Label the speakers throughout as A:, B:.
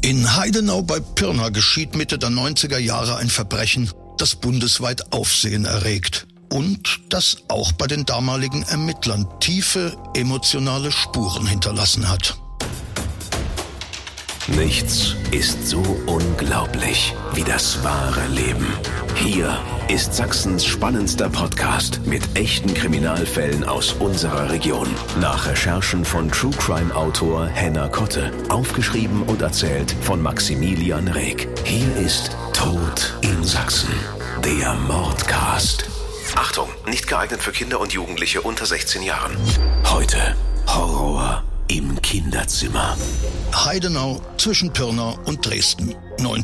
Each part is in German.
A: In Heidenau bei Pirna geschieht Mitte der 90er Jahre ein Verbrechen, das bundesweit Aufsehen erregt und das auch bei den damaligen Ermittlern tiefe emotionale Spuren hinterlassen hat.
B: Nichts ist so unglaublich wie das wahre Leben. Hier ist Sachsens spannendster Podcast mit echten Kriminalfällen aus unserer Region. Nach Recherchen von True Crime Autor Henner Kotte. Aufgeschrieben und erzählt von Maximilian Reg. Hier ist Tod in Sachsen. Der Mordcast. Achtung, nicht geeignet für Kinder und Jugendliche unter 16 Jahren. Heute Horror im Kinderzimmer.
A: Heidenau zwischen Pirna und Dresden,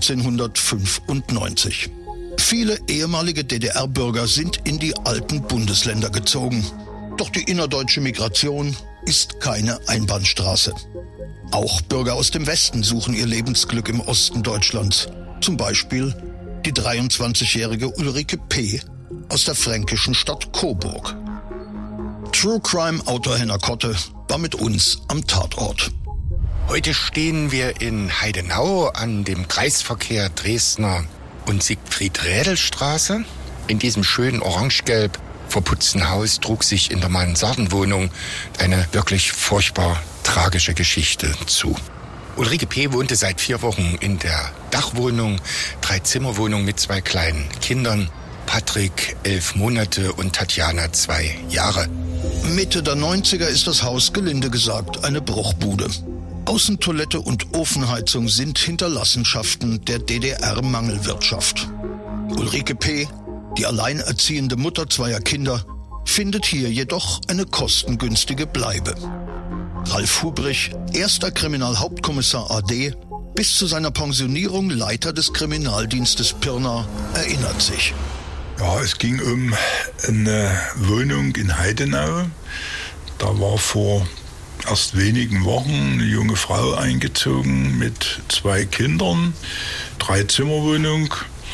A: 1995. Viele ehemalige DDR-Bürger sind in die alten Bundesländer gezogen. Doch die innerdeutsche Migration ist keine Einbahnstraße. Auch Bürger aus dem Westen suchen ihr Lebensglück im Osten Deutschlands. Zum Beispiel die 23-jährige Ulrike P. aus der fränkischen Stadt Coburg. True Crime Autor Henner Kotte war mit uns am Tatort.
C: Heute stehen wir in Heidenau an dem Kreisverkehr Dresdner und Siegfried-Rädel-Straße. In diesem schönen orange-gelb verputzten Haus trug sich in der Mansardenwohnung eine wirklich furchtbar tragische Geschichte zu. Ulrike P. wohnte seit 4 Wochen in der Dachwohnung, 3-Zimmer-Wohnung mit 2 kleinen Kindern. Patrick 11 Monate und Tatjana 2 Jahre.
A: Mitte der 90er ist das Haus, gelinde gesagt, eine Bruchbude. Außentoilette und Ofenheizung sind Hinterlassenschaften der DDR-Mangelwirtschaft. Ulrike P., die alleinerziehende Mutter 2 Kinder, findet hier jedoch eine kostengünstige Bleibe. Ralf Hubrich, erster Kriminalhauptkommissar AD, bis zu seiner Pensionierung Leiter des Kriminaldienstes Pirna, erinnert sich.
D: Ja, es ging um eine Wohnung in Heidenau. Da war vor erst wenigen Wochen eine junge Frau eingezogen mit 2 Kindern, 3-Zimmer-Wohnung.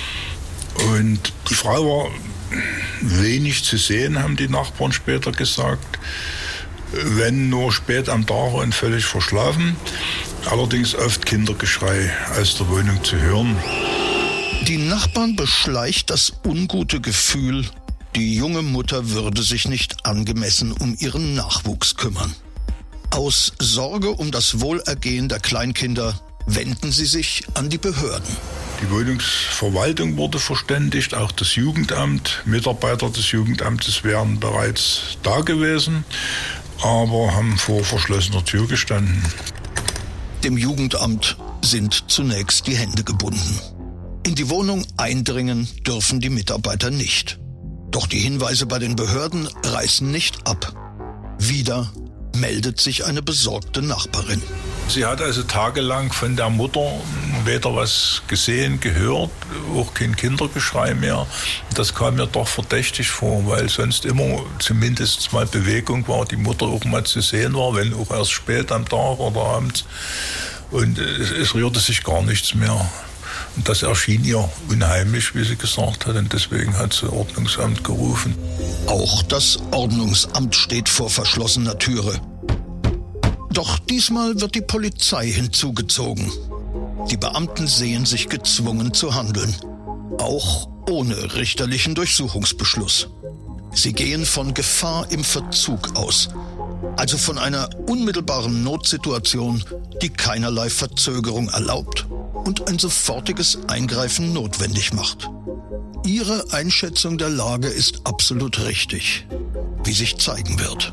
D: Und die Frau war wenig zu sehen, haben die Nachbarn später gesagt. Wenn nur spät am Tag und völlig verschlafen. Allerdings oft Kindergeschrei aus der Wohnung zu hören.
A: Die Nachbarn beschleicht das ungute Gefühl, die junge Mutter würde sich nicht angemessen um ihren Nachwuchs kümmern. Aus Sorge um das Wohlergehen der Kleinkinder wenden sie sich an die Behörden.
D: Die Wohnungsverwaltung wurde verständigt, auch das Jugendamt. Mitarbeiter des Jugendamtes wären bereits da gewesen, aber haben vor verschlossener Tür gestanden.
A: Dem Jugendamt sind zunächst die Hände gebunden. In die Wohnung eindringen dürfen die Mitarbeiter nicht. Doch die Hinweise bei den Behörden reißen nicht ab. Wieder meldet sich eine besorgte Nachbarin.
D: Sie hat also tagelang von der Mutter weder was gesehen, gehört, auch kein Kindergeschrei mehr. Das kam mir doch verdächtig vor, weil sonst immer zumindest mal Bewegung war, die Mutter auch mal zu sehen war, wenn auch erst spät am Tag oder abends. Und es rührte sich gar nichts mehr. Und das erschien ihr unheimlich, wie sie gesagt hat, und deswegen hat sie Ordnungsamt gerufen.
A: Auch das Ordnungsamt steht vor verschlossener Türe. Doch diesmal wird die Polizei hinzugezogen. Die Beamten sehen sich gezwungen zu handeln, auch ohne richterlichen Durchsuchungsbeschluss. Sie gehen von Gefahr im Verzug aus, also von einer unmittelbaren Notsituation, die keinerlei Verzögerung erlaubt und ein sofortiges Eingreifen notwendig macht. Ihre Einschätzung der Lage ist absolut richtig, wie sich zeigen wird.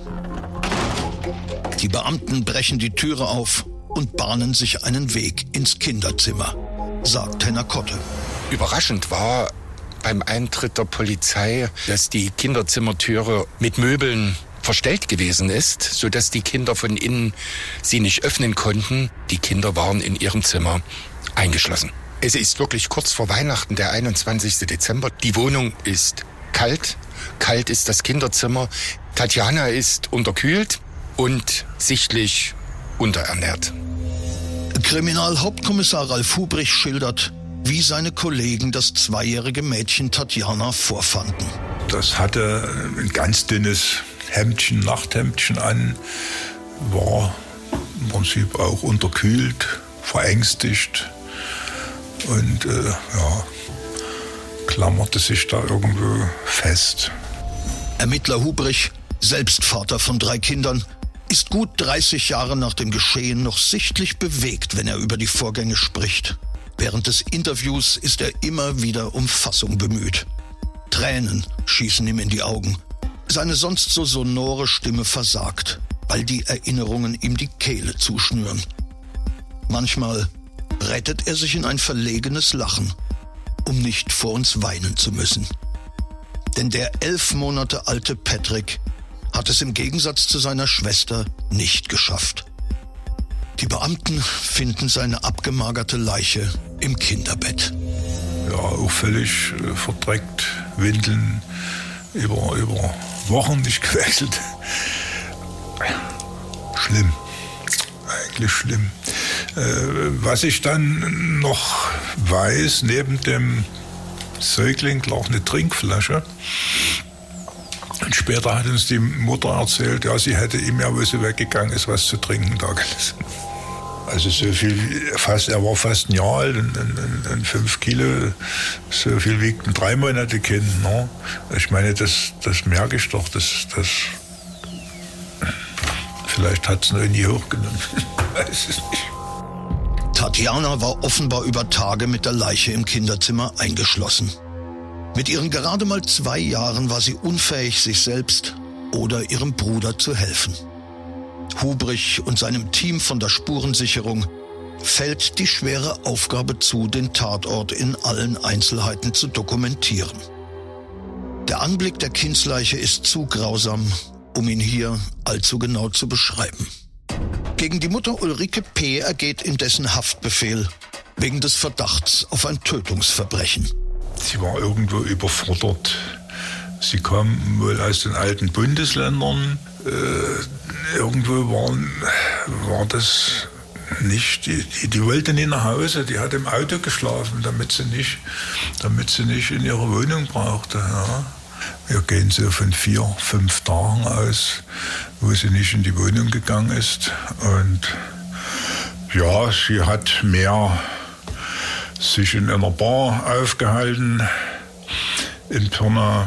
A: Die Beamten brechen die Türe auf und bahnen sich einen Weg ins Kinderzimmer, sagt Henner Kotte.
C: Überraschend war beim Eintritt der Polizei, dass die Kinderzimmertüre mit Möbeln verstellt gewesen ist, sodass die Kinder von innen sie nicht öffnen konnten. Die Kinder waren in ihrem Zimmer eingeschlossen. Es ist wirklich kurz vor Weihnachten, der 21. Dezember. Die Wohnung ist kalt. Kalt ist das Kinderzimmer. Tatjana ist unterkühlt und sichtlich unterernährt.
A: Kriminalhauptkommissar Ralf Hubrich schildert, wie seine Kollegen das 2-jährige Mädchen Tatjana vorfanden.
D: Das hatte ein ganz dünnes Hemdchen, Nachthemdchen an, war im Prinzip auch unterkühlt, verängstigt und klammerte sich da irgendwo fest.
A: Ermittler Hubrich, selbst Vater von 3 Kindern, ist gut 30 Jahre nach dem Geschehen noch sichtlich bewegt, wenn er über die Vorgänge spricht. Während des Interviews ist er immer wieder um Fassung bemüht. Tränen schießen ihm in die Augen. Seine sonst so sonore Stimme versagt, weil die Erinnerungen ihm die Kehle zuschnüren. Manchmal rettet er sich in ein verlegenes Lachen, um nicht vor uns weinen zu müssen. Denn der 11 Monate alte Patrick hat es im Gegensatz zu seiner Schwester nicht geschafft. Die Beamten finden seine abgemagerte Leiche im Kinderbett.
D: Ja, auch völlig verdreckt, Windeln über Wochen nicht gewechselt. Schlimm, eigentlich schlimm. Was ich dann noch weiß, neben dem Säugling lag eine Trinkflasche. Und später hat uns die Mutter erzählt, ja, sie hätte ihm ja, wo sie weggegangen ist, was zu trinken da gelassen. Also so viel, er war fast ein Jahr alt und 5 Kilo, so viel wiegt ein 3 Monate Kind. Ne? Ich meine, das merke ich doch, vielleicht hat es noch nie hochgenommen, ich weiß es nicht.
A: Tatjana war offenbar über Tage mit der Leiche im Kinderzimmer eingeschlossen. Mit ihren gerade mal 2 Jahren war sie unfähig, sich selbst oder ihrem Bruder zu helfen. Hubrich und seinem Team von der Spurensicherung fällt die schwere Aufgabe zu, den Tatort in allen Einzelheiten zu dokumentieren. Der Anblick der Kindsleiche ist zu grausam, um ihn hier allzu genau zu beschreiben. Gegen die Mutter Ulrike P. ergeht indessen Haftbefehl wegen des Verdachts auf ein Tötungsverbrechen.
D: Sie war irgendwo überfordert. Sie kam wohl aus den alten Bundesländern. Irgendwo war das nicht. Die wollte nie nach Hause. Die hat im Auto geschlafen, damit sie nicht in ihre Wohnung brauchte. Ja. Wir gehen so von 4-5 Tagen aus, wo sie nicht in die Wohnung gegangen ist. Und ja, sie hat mehr sich in einer Bar aufgehalten in Pirna.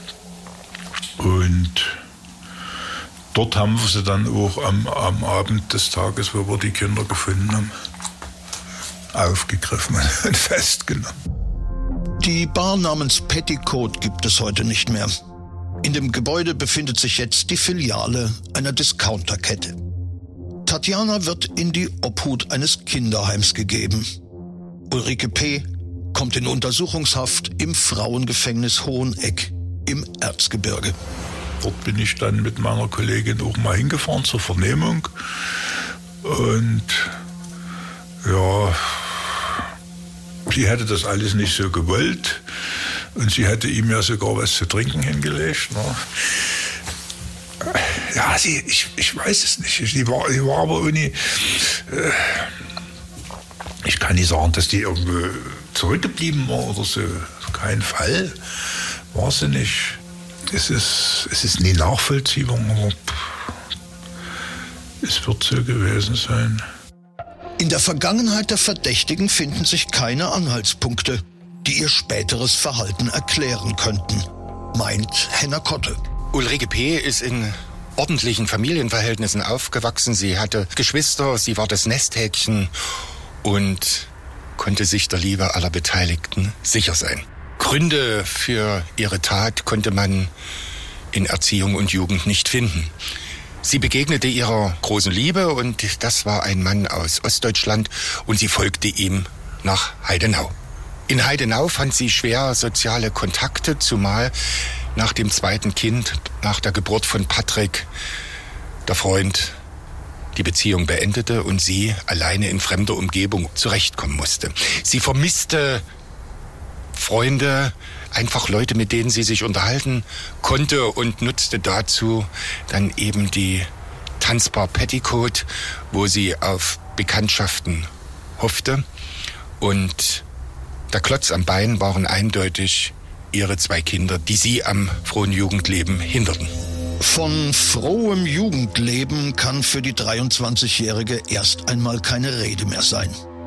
D: Und dort haben wir sie dann auch am Abend des Tages, wo wir die Kinder gefunden haben, aufgegriffen und festgenommen.
A: Die Bar namens Petticoat gibt es heute nicht mehr. In dem Gebäude befindet sich jetzt die Filiale einer Discounterkette. Tatjana wird in die Obhut eines Kinderheims gegeben. Ulrike P. kommt in Untersuchungshaft im Frauengefängnis Hoheneck im Erzgebirge.
D: Dort bin ich dann mit meiner Kollegin auch mal hingefahren zur Vernehmung. Und ja, sie hätte das alles nicht so gewollt. Und sie hätte ihm ja sogar was zu trinken hingelegt. Ne? Ja, ich weiß es nicht. Die war aber ohne... Ich kann nicht sagen, dass die irgendwo zurückgeblieben war oder so. Kein Fall. War sie nicht. Es ist nie nachvollziehbar, aber es wird so gewesen sein.
A: In der Vergangenheit der Verdächtigen finden sich keine Anhaltspunkte, die ihr späteres Verhalten erklären könnten, meint Henner Kotte.
C: Ulrike P. ist in ordentlichen Familienverhältnissen aufgewachsen. Sie hatte Geschwister, sie war das Nesthäkchen und konnte sich der Liebe aller Beteiligten sicher sein. Gründe für ihre Tat konnte man in Erziehung und Jugend nicht finden. Sie begegnete ihrer großen Liebe und das war ein Mann aus Ostdeutschland und sie folgte ihm nach Heidenau. In Heidenau fand sie schwer soziale Kontakte, zumal nach dem 2. Kind, nach der Geburt von Patrick, der Freund die Beziehung beendete und sie alleine in fremder Umgebung zurechtkommen musste. Sie vermisste Freunde, einfach Leute, mit denen sie sich unterhalten konnte und nutzte dazu dann eben die Tanzbar Petticoat, wo sie auf Bekanntschaften hoffte. Und der Klotz am Bein waren eindeutig ihre 2 Kinder, die sie am frohen Jugendleben hinderten.
A: Von frohem Jugendleben kann für die 23-Jährige erst einmal keine Rede mehr sein.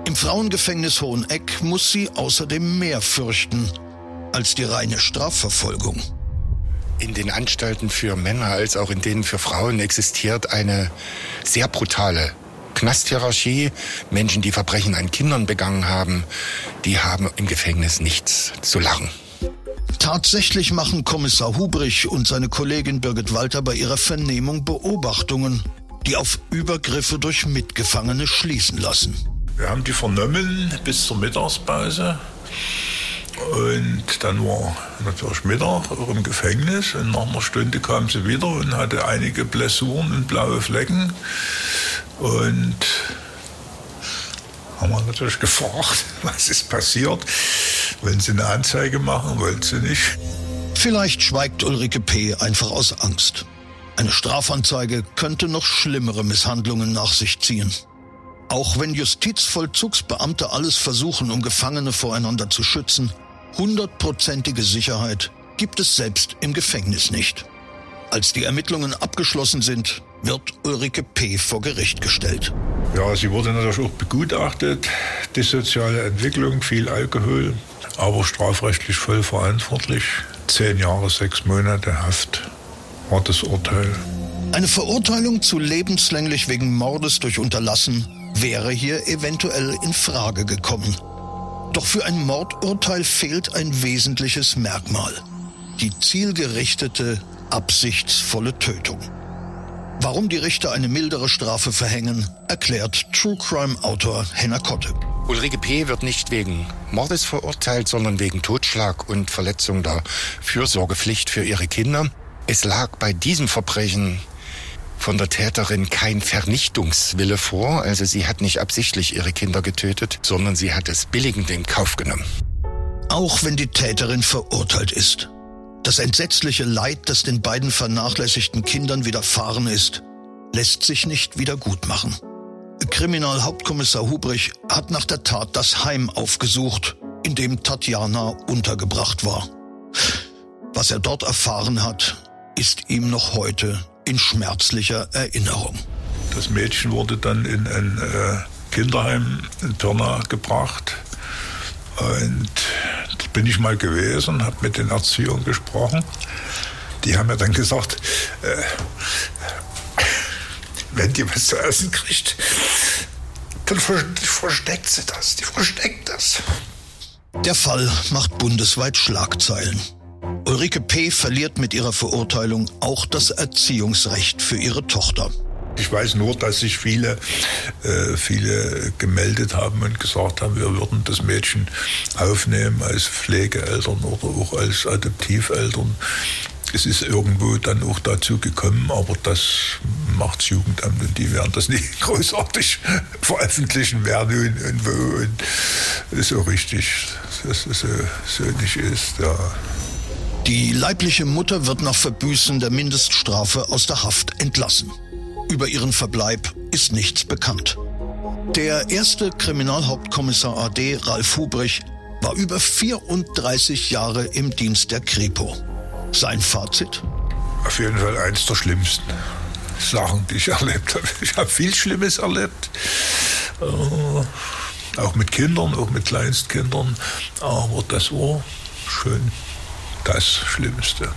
A: Im Frauengefängnis Hoheneck muss sie außerdem mehr fürchten als die reine Strafverfolgung.
C: In den Anstalten für Männer als auch in denen für Frauen existiert eine sehr brutale Knasthierarchie. Menschen, die Verbrechen an Kindern begangen haben, die haben im Gefängnis nichts zu lachen.
A: Tatsächlich machen Kommissar Hubrich und seine Kollegin Birgit Walter bei ihrer Vernehmung Beobachtungen, die auf Übergriffe durch Mitgefangene schließen lassen.
D: Wir haben die vernommen bis zur Mittagspause. Und dann war natürlich Mittag auch im Gefängnis. Und nach einer Stunde kam sie wieder und hatte einige Blessuren und blaue Flecken. Und haben wir natürlich gefragt, was ist passiert. Wollen Sie eine Anzeige machen? Wollen Sie nicht?
A: Vielleicht schweigt Ulrike P. einfach aus Angst. Eine Strafanzeige könnte noch schlimmere Misshandlungen nach sich ziehen. Auch wenn Justizvollzugsbeamte alles versuchen, um Gefangene voreinander zu schützen, 100%ige Sicherheit gibt es selbst im Gefängnis nicht. Als die Ermittlungen abgeschlossen sind, wird Ulrike P. vor Gericht gestellt.
D: Ja, sie wurde natürlich auch begutachtet. Dissoziale Entwicklung, viel Alkohol, aber strafrechtlich voll verantwortlich. 10 Jahre, 6 Monate Haft war das Urteil.
A: Eine Verurteilung zu lebenslänglich wegen Mordes durch Unterlassen wäre hier eventuell in Frage gekommen. Doch für ein Mordurteil fehlt ein wesentliches Merkmal: die zielgerichtete, absichtsvolle Tötung. Warum die Richter eine mildere Strafe verhängen, erklärt True-Crime-Autor Henner Kotte.
C: Ulrike P. wird nicht wegen Mordes verurteilt, sondern wegen Totschlag und Verletzung der Fürsorgepflicht für ihre Kinder. Es lag bei diesem Verbrechen von der Täterin kein Vernichtungswille vor. Also sie hat nicht absichtlich ihre Kinder getötet, sondern sie hat es billigend in Kauf genommen.
A: Auch wenn die Täterin verurteilt ist. Das entsetzliche Leid, das den beiden vernachlässigten Kindern widerfahren ist, lässt sich nicht wiedergutmachen. Kriminalhauptkommissar Hubrich hat nach der Tat das Heim aufgesucht, in dem Tatjana untergebracht war. Was er dort erfahren hat, ist ihm noch heute in schmerzlicher Erinnerung.
D: Das Mädchen wurde dann in ein Kinderheim in Pirna gebracht. Und da bin ich mal gewesen, habe mit den Erziehern gesprochen. Die haben mir dann gesagt, wenn die was zu essen kriegt, dann versteckt sie das. Die versteckt das.
A: Der Fall macht bundesweit Schlagzeilen. Ulrike P. verliert mit ihrer Verurteilung auch das Erziehungsrecht für ihre Tochter.
D: Ich weiß nur, dass sich viele gemeldet haben und gesagt haben, wir würden das Mädchen aufnehmen als Pflegeeltern oder auch als Adoptiveltern. Es ist irgendwo dann auch dazu gekommen, aber das macht das Jugendamt und die werden das nicht großartig veröffentlichen, wer nun und wo. Und das ist so richtig, dass es so nicht ist. Ja.
A: Die leibliche Mutter wird nach Verbüßen der Mindeststrafe aus der Haft entlassen. Über ihren Verbleib ist nichts bekannt. Der erste Kriminalhauptkommissar AD, Ralf Hubrich, war über 34 Jahre im Dienst der Kripo. Sein Fazit?
D: Auf jeden Fall eins der schlimmsten Sachen, die ich erlebt habe. Ich habe viel Schlimmes erlebt. Auch mit Kindern, auch mit Kleinstkindern. Aber das war schon das Schlimmste.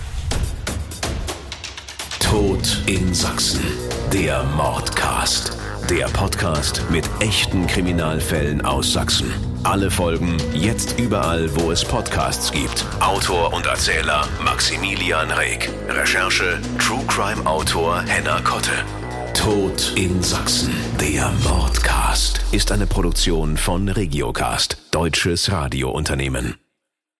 B: Tod in Sachsen. Der Mordcast. Der Podcast mit echten Kriminalfällen aus Sachsen. Alle Folgen jetzt überall, wo es Podcasts gibt. Autor und Erzähler Maximilian Reg. Recherche True Crime Autor Henner Kotte. Tod in Sachsen. Der Mordcast ist eine Produktion von Regiocast, deutsches Radiounternehmen.